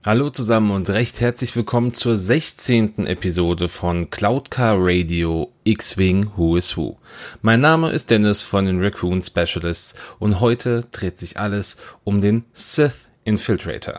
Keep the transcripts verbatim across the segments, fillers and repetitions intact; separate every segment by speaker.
Speaker 1: Hallo zusammen und recht herzlich willkommen zur sechzehnten Episode von Cloud Car Radio X-Wing Who is Who. Mein Name ist Dennis von den Raccoon Specialists und heute dreht sich alles um den Sith Infiltrator.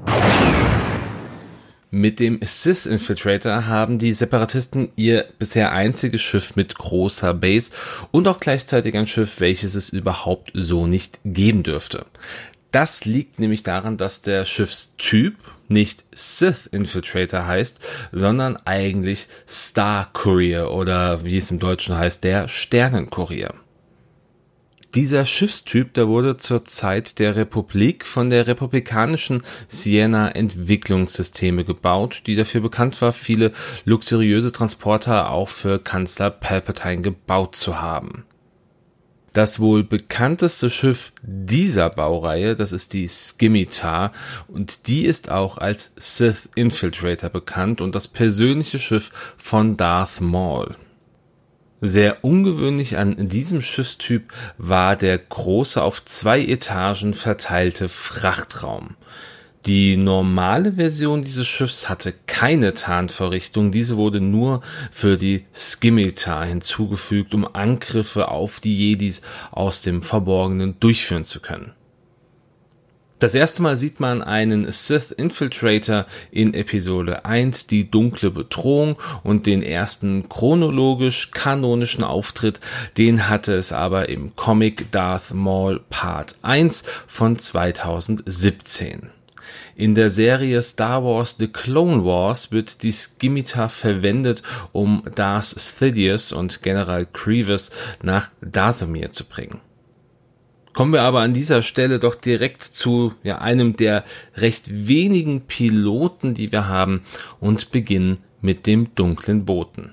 Speaker 1: Mit dem Sith Infiltrator haben die Separatisten ihr bisher einziges Schiff mit großer Base und auch gleichzeitig ein Schiff, welches es überhaupt so nicht geben dürfte. Das liegt nämlich daran, dass der Schiffstyp nicht Sith Infiltrator heißt, sondern eigentlich Star Courier oder wie es im Deutschen heißt, der Sternenkurier. Dieser Schiffstyp, der wurde zur Zeit der Republik von der republikanischen Sienna Entwicklungssysteme gebaut, die dafür bekannt war, viele luxuriöse Transporter auch für Kanzler Palpatine gebaut zu haben. Das wohl bekannteste Schiff dieser Baureihe, das ist die Scimitar, und die ist auch als Sith Infiltrator bekannt und das persönliche Schiff von Darth Maul. Sehr ungewöhnlich an diesem Schiffstyp war der große, auf zwei Etagen verteilte Frachtraum. Die normale Version dieses Schiffs hatte keine Tarnvorrichtung, diese wurde nur für die Scimitar hinzugefügt, um Angriffe auf die Jedis aus dem Verborgenen durchführen zu können. Das erste Mal sieht man einen Sith Infiltrator in Episode eins, die dunkle Bedrohung, und den ersten chronologisch-kanonischen Auftritt, den hatte es aber im Comic Darth Maul Part eins von zweitausendsiebzehn. In der Serie Star Wars The Clone Wars wird die Scimitar verwendet, um Darth Sidious und General Grievous nach Dathomir zu bringen. Kommen wir aber an dieser Stelle doch direkt zu ja, einem der recht wenigen Piloten, die wir haben, und beginnen mit dem dunklen Boten.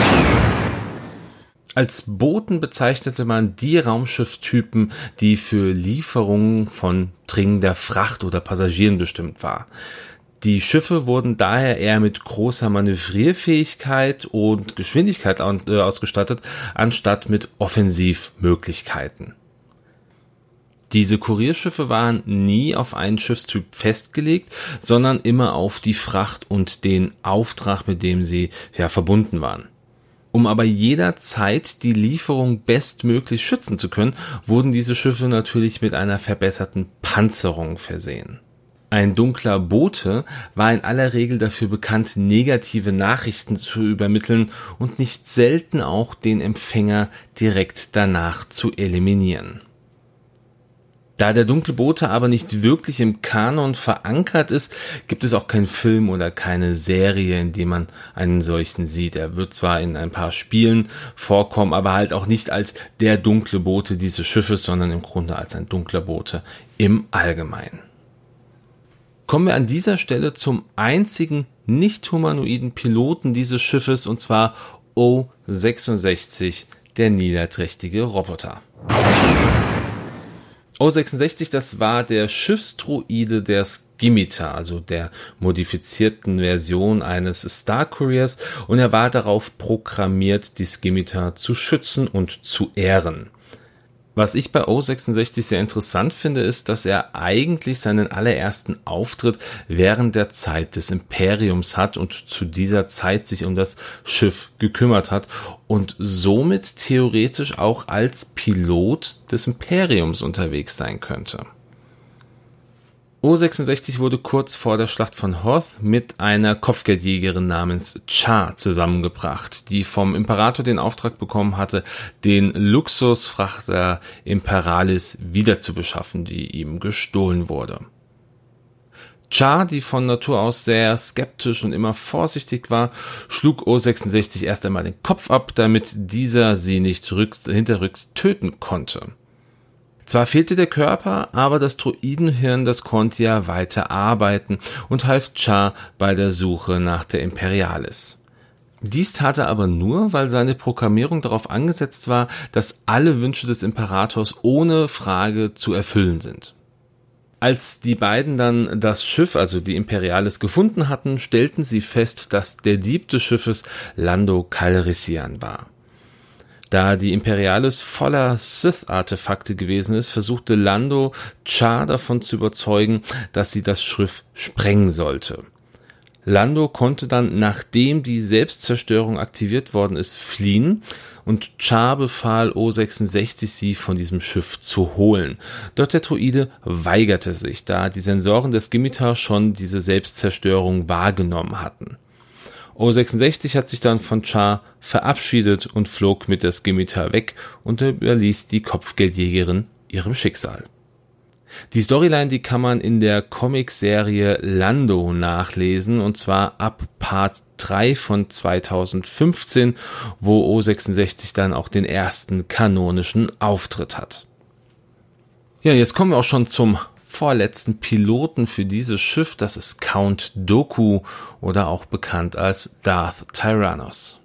Speaker 1: Als Boten bezeichnete man die Raumschifftypen, die für Lieferungen von dringender Fracht oder Passagieren bestimmt war. Die Schiffe wurden daher eher mit großer Manövrierfähigkeit und Geschwindigkeit ausgestattet, anstatt mit Offensivmöglichkeiten. Diese Kurierschiffe waren nie auf einen Schiffstyp festgelegt, sondern immer auf die Fracht und den Auftrag, mit dem sie ja verbunden waren. Um aber jederzeit die Lieferung bestmöglich schützen zu können, wurden diese Schiffe natürlich mit einer verbesserten Panzerung versehen. Ein dunkler Bote war in aller Regel dafür bekannt, negative Nachrichten zu übermitteln und nicht selten auch den Empfänger direkt danach zu eliminieren. Da der dunkle Bote aber nicht wirklich im Kanon verankert ist, gibt es auch keinen Film oder keine Serie, in dem man einen solchen sieht. Er wird zwar in ein paar Spielen vorkommen, aber halt auch nicht als der dunkle Bote dieses Schiffes, sondern im Grunde als ein dunkler Bote im Allgemeinen. Kommen wir an dieser Stelle zum einzigen nicht-humanoiden Piloten dieses Schiffes, und zwar O sechsundsechzig, der niederträchtige Roboter. O sechsundsechzig, das war der Schiffsdroide der Scimitar, also der modifizierten Version eines Star Couriers, und er war darauf programmiert, die Scimitar zu schützen und zu ehren. Was ich bei O sechsundsechzig sehr interessant finde, ist, dass er eigentlich seinen allerersten Auftritt während der Zeit des Imperiums hat und zu dieser Zeit sich um das Schiff gekümmert hat und somit theoretisch auch als Pilot des Imperiums unterwegs sein könnte. O sechsundsechzig wurde kurz vor der Schlacht von Hoth mit einer Kopfgeldjägerin namens Char zusammengebracht, die vom Imperator den Auftrag bekommen hatte, den Luxusfrachter Imperalis wiederzubeschaffen, die ihm gestohlen wurde. Char, die von Natur aus sehr skeptisch und immer vorsichtig war, schlug O sechsundsechzig erst einmal den Kopf ab, damit dieser sie nicht rücks, hinterrücks töten konnte. Zwar fehlte der Körper, aber das Droidenhirn, das konnte ja weiter arbeiten und half Char bei der Suche nach der Imperialis. Dies tat er aber nur, weil seine Programmierung darauf angesetzt war, dass alle Wünsche des Imperators ohne Frage zu erfüllen sind. Als die beiden dann das Schiff, also die Imperialis, gefunden hatten, stellten sie fest, dass der Dieb des Schiffes Lando Calrissian war. Da die Imperialis voller Sith-Artefakte gewesen ist, versuchte Lando Char davon zu überzeugen, dass sie das Schiff sprengen sollte. Lando konnte dann, nachdem die Selbstzerstörung aktiviert worden ist, fliehen und Char befahl O sechsundsechzig, sie von diesem Schiff zu holen. Doch der Droide weigerte sich, da die Sensoren des Scimitar schon diese Selbstzerstörung wahrgenommen hatten. O sechsundsechzig hat sich dann von Char verabschiedet und flog mit der Scimitar weg und überließ die Kopfgeldjägerin ihrem Schicksal. Die Storyline, die kann man in der Comicserie Lando nachlesen, und zwar ab Part drei von zweitausendfünfzehn, wo O sechsundsechzig dann auch den ersten kanonischen Auftritt hat. Ja, jetzt kommen wir auch schon zum vorletzten Piloten für dieses Schiff, das ist Count Dooku oder auch bekannt als Darth Tyrannos.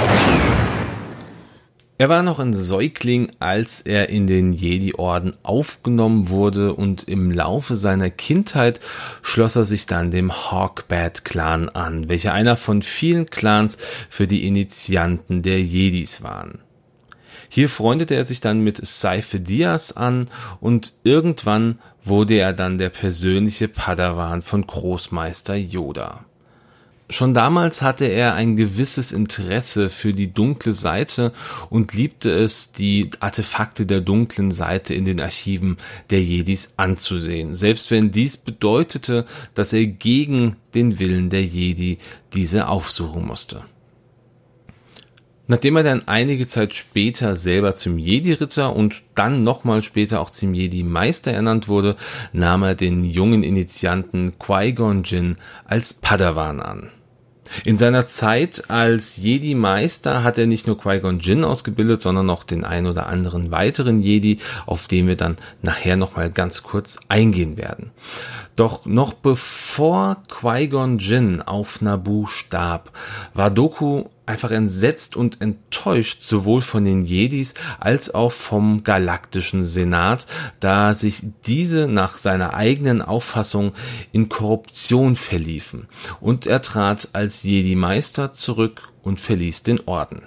Speaker 1: Er war noch ein Säugling, als er in den Jedi-Orden aufgenommen wurde, und im Laufe seiner Kindheit schloss er sich dann dem Hawkbat-Clan an, welcher einer von vielen Clans für die Initianten der Jedis waren. Hier freundete er sich dann mit Seife Diaz an und irgendwann wurde er dann der persönliche Padawan von Großmeister Yoda. Schon damals hatte er ein gewisses Interesse für die dunkle Seite und liebte es, die Artefakte der dunklen Seite in den Archiven der Jedis anzusehen, selbst wenn dies bedeutete, dass er gegen den Willen der Jedi diese aufsuchen musste. Nachdem er dann einige Zeit später selber zum Jedi-Ritter und dann nochmal später auch zum Jedi-Meister ernannt wurde, nahm er den jungen Initianten Qui-Gon Jinn als Padawan an. In seiner Zeit als Jedi-Meister hat er nicht nur Qui-Gon Jinn ausgebildet, sondern noch den ein oder anderen weiteren Jedi, auf den wir dann nachher nochmal ganz kurz eingehen werden. Doch noch bevor Qui-Gon Jinn auf Naboo starb, war Dooku einfach entsetzt und enttäuscht, sowohl von den Jedis als auch vom Galaktischen Senat, da sich diese nach seiner eigenen Auffassung in Korruption verliefen, und er trat als Jedi-Meister zurück und verließ den Orden.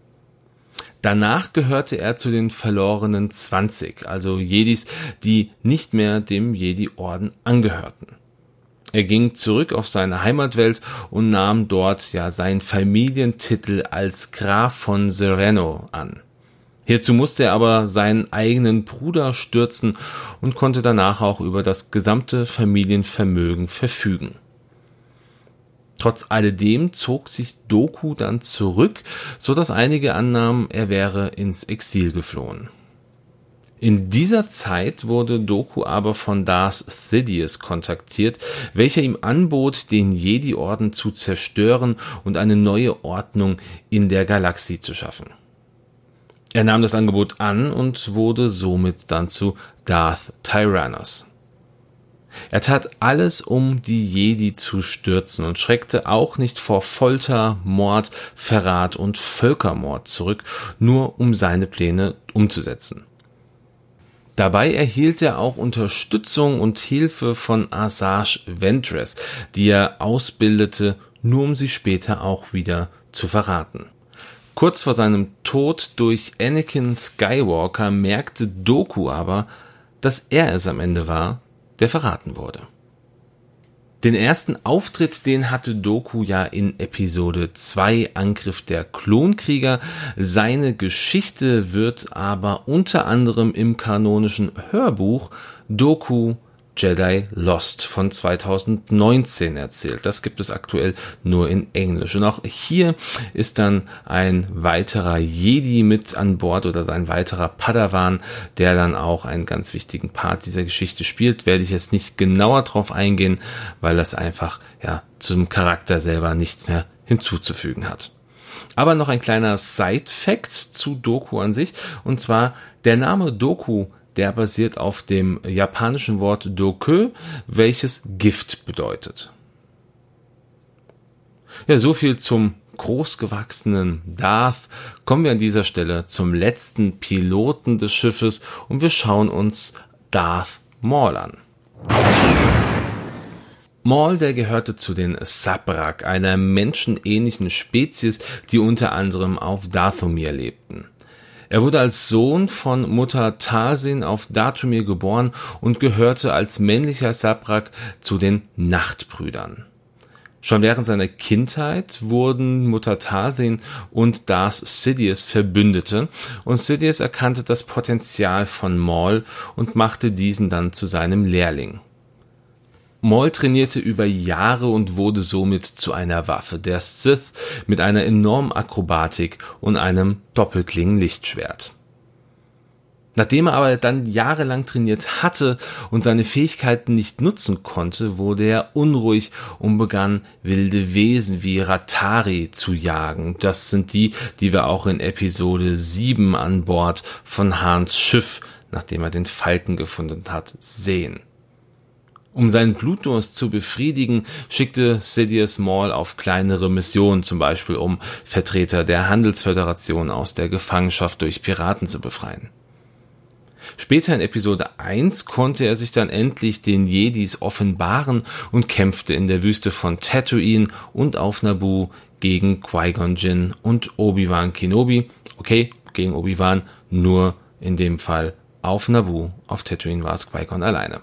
Speaker 1: Danach gehörte er zu den verlorenen zwanzig, also Jedis, die nicht mehr dem Jedi-Orden angehörten. Er ging zurück auf seine Heimatwelt und nahm dort ja seinen Familientitel als Graf von Serenno an. Hierzu musste er aber seinen eigenen Bruder stürzen und konnte danach auch über das gesamte Familienvermögen verfügen. Trotz alledem zog sich Dooku dann zurück, so dass einige annahmen, er wäre ins Exil geflohen. In dieser Zeit wurde Dooku aber von Darth Sidious kontaktiert, welcher ihm anbot, den Jedi-Orden zu zerstören und eine neue Ordnung in der Galaxie zu schaffen. Er nahm das Angebot an und wurde somit dann zu Darth Tyrannos. Er tat alles, um die Jedi zu stürzen, und schreckte auch nicht vor Folter, Mord, Verrat und Völkermord zurück, nur um seine Pläne umzusetzen. Dabei erhielt er auch Unterstützung und Hilfe von Asajj Ventress, die er ausbildete, nur um sie später auch wieder zu verraten. Kurz vor seinem Tod durch Anakin Skywalker merkte Dooku aber, dass er es am Ende war, der verraten wurde. Den ersten Auftritt, den hatte Dooku ja in Episode zwei, Angriff der Klonkrieger. Seine Geschichte wird aber unter anderem im kanonischen Hörbuch Dooku Jedi Lost von zweitausendneunzehn erzählt. Das gibt es aktuell nur in Englisch. Und auch hier ist dann ein weiterer Jedi mit an Bord oder sein weiterer Padawan, der dann auch einen ganz wichtigen Part dieser Geschichte spielt. Werde ich jetzt nicht genauer drauf eingehen, weil das einfach ja zum Charakter selber nichts mehr hinzuzufügen hat. Aber noch ein kleiner Side-Fact zu Dooku an sich, und zwar der Name Dooku, der basiert auf dem japanischen Wort Dokö, welches Gift bedeutet. Ja, so viel zum großgewachsenen Darth. Kommen wir an dieser Stelle zum letzten Piloten des Schiffes und wir schauen uns Darth Maul an. Maul, der gehörte zu den Sabrak, einer menschenähnlichen Spezies, die unter anderem auf Dathomir lebten. Er wurde als Sohn von Mutter Talsin auf Dathomir geboren und gehörte als männlicher Sabrak zu den Nachtbrüdern. Schon während seiner Kindheit wurden Mutter Talsin und Darth Sidious Verbündete und Sidious erkannte das Potenzial von Maul und machte diesen dann zu seinem Lehrling. Maul trainierte über Jahre und wurde somit zu einer Waffe der Sith mit einer enormen Akrobatik und einem Doppelklingen-Lichtschwert. Nachdem er aber dann jahrelang trainiert hatte und seine Fähigkeiten nicht nutzen konnte, wurde er unruhig und begann wilde Wesen wie Rattari zu jagen. Das sind die, die wir auch in Episode sieben an Bord von Hans Schiff, nachdem er den Falken gefunden hat, sehen. Um seinen Blutdurst zu befriedigen, schickte Sidious Maul auf kleinere Missionen, zum Beispiel um Vertreter der Handelsföderation aus der Gefangenschaft durch Piraten zu befreien. Später in Episode eins konnte er sich dann endlich den Jedis offenbaren und kämpfte in der Wüste von Tatooine und auf Naboo gegen Qui-Gon Jinn und Obi-Wan Kenobi. Okay, gegen Obi-Wan, nur in dem Fall auf Naboo. Auf Tatooine war es Qui-Gon alleine.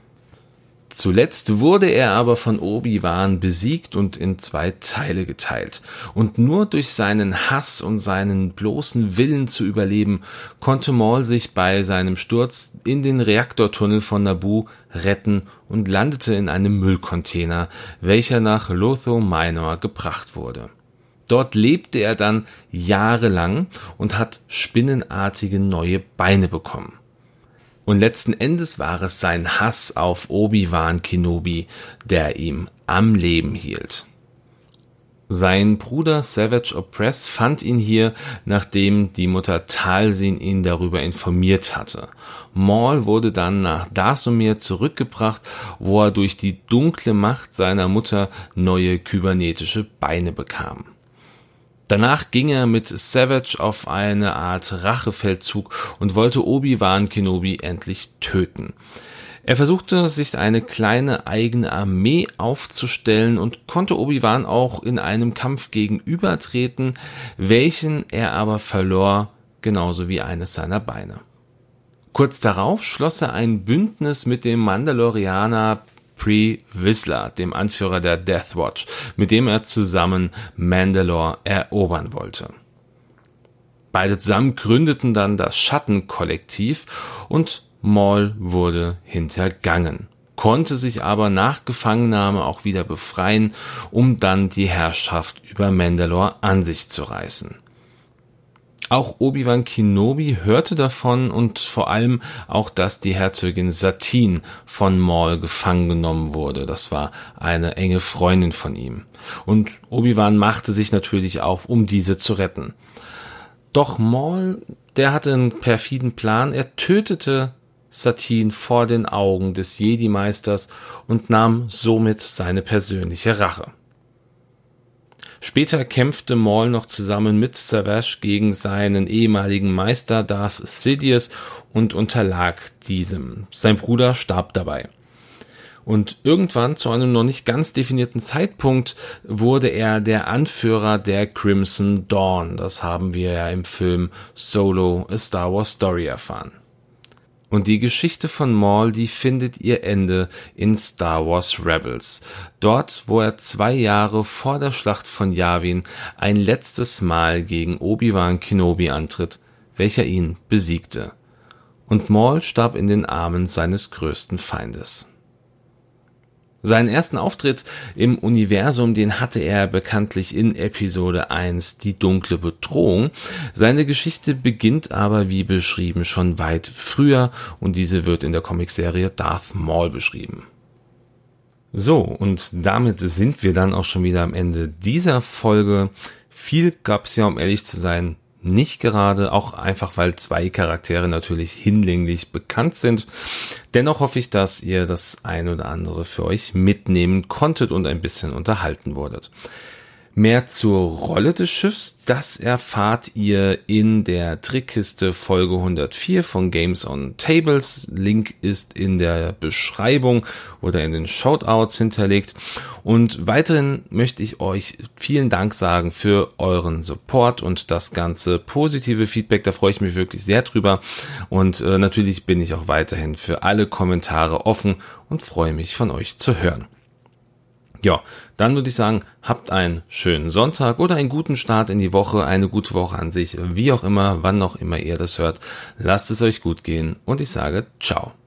Speaker 1: Zuletzt wurde er aber von Obi-Wan besiegt und in zwei Teile geteilt. Und nur durch seinen Hass und seinen bloßen Willen zu überleben, konnte Maul sich bei seinem Sturz in den Reaktortunnel von Naboo retten und landete in einem Müllcontainer, welcher nach Lotho Minor gebracht wurde. Dort lebte er dann jahrelang und hat spinnenartige neue Beine bekommen. Und letzten Endes war es sein Hass auf Obi-Wan Kenobi, der ihm am Leben hielt. Sein Bruder Savage Opress fand ihn hier, nachdem die Mutter Talsin ihn darüber informiert hatte. Maul wurde dann nach Dathomir zurückgebracht, wo er durch die dunkle Macht seiner Mutter neue kybernetische Beine bekam. Danach ging er mit Savage auf eine Art Rachefeldzug und wollte Obi-Wan Kenobi endlich töten. Er versuchte, sich eine kleine eigene Armee aufzustellen und konnte Obi-Wan auch in einem Kampf gegenübertreten, welchen er aber verlor, genauso wie eines seiner Beine. Kurz darauf schloss er ein Bündnis mit dem Mandalorianer Pre Vizsla, dem Anführer der Death Watch, mit dem er zusammen Mandalore erobern wollte. Beide zusammen gründeten dann das Schattenkollektiv und Maul wurde hintergangen, konnte sich aber nach Gefangennahme auch wieder befreien, um dann die Herrschaft über Mandalore an sich zu reißen. Auch Obi-Wan Kenobi hörte davon und vor allem auch, dass die Herzogin Satine von Maul gefangen genommen wurde. Das war eine enge Freundin von ihm. Und Obi-Wan machte sich natürlich auf, um diese zu retten. Doch Maul, der hatte einen perfiden Plan. Er tötete Satine vor den Augen des Jedi-Meisters und nahm somit seine persönliche Rache. Später kämpfte Maul noch zusammen mit Savage gegen seinen ehemaligen Meister Darth Sidious und unterlag diesem. Sein Bruder starb dabei. Und irgendwann, zu einem noch nicht ganz definierten Zeitpunkt, wurde er der Anführer der Crimson Dawn. Das haben wir ja im Film Solo: A Star Wars Story erfahren. Und die Geschichte von Maul, die findet ihr Ende in Star Wars Rebels. Dort, wo er zwei Jahre vor der Schlacht von Yavin ein letztes Mal gegen Obi-Wan Kenobi antritt, welcher ihn besiegte. Und Maul starb in den Armen seines größten Feindes. Seinen ersten Auftritt im Universum, den hatte er bekanntlich in Episode eins, die dunkle Bedrohung. Seine Geschichte beginnt aber, wie beschrieben, schon weit früher und diese wird in der Comicserie Darth Maul beschrieben. So, und damit sind wir dann auch schon wieder am Ende dieser Folge. Viel gab's ja, um ehrlich zu sein, nicht gerade, auch einfach, weil zwei Charaktere natürlich hinlänglich bekannt sind. Dennoch hoffe ich, dass ihr das ein oder andere für euch mitnehmen konntet und ein bisschen unterhalten wurdet. Mehr zur Rolle des Schiffs, das erfahrt ihr in der Trickkiste Folge hundertvier von Games on Tables. Link ist in der Beschreibung oder in den Shoutouts hinterlegt. Und weiterhin möchte ich euch vielen Dank sagen für euren Support und das ganze positive Feedback. Da freue ich mich wirklich sehr drüber. Und äh, natürlich bin ich auch weiterhin für alle Kommentare offen und freue mich von euch zu hören. Ja, dann würde ich sagen, habt einen schönen Sonntag oder einen guten Start in die Woche, eine gute Woche an sich, wie auch immer, wann auch immer ihr das hört. Lasst es euch gut gehen und ich sage ciao.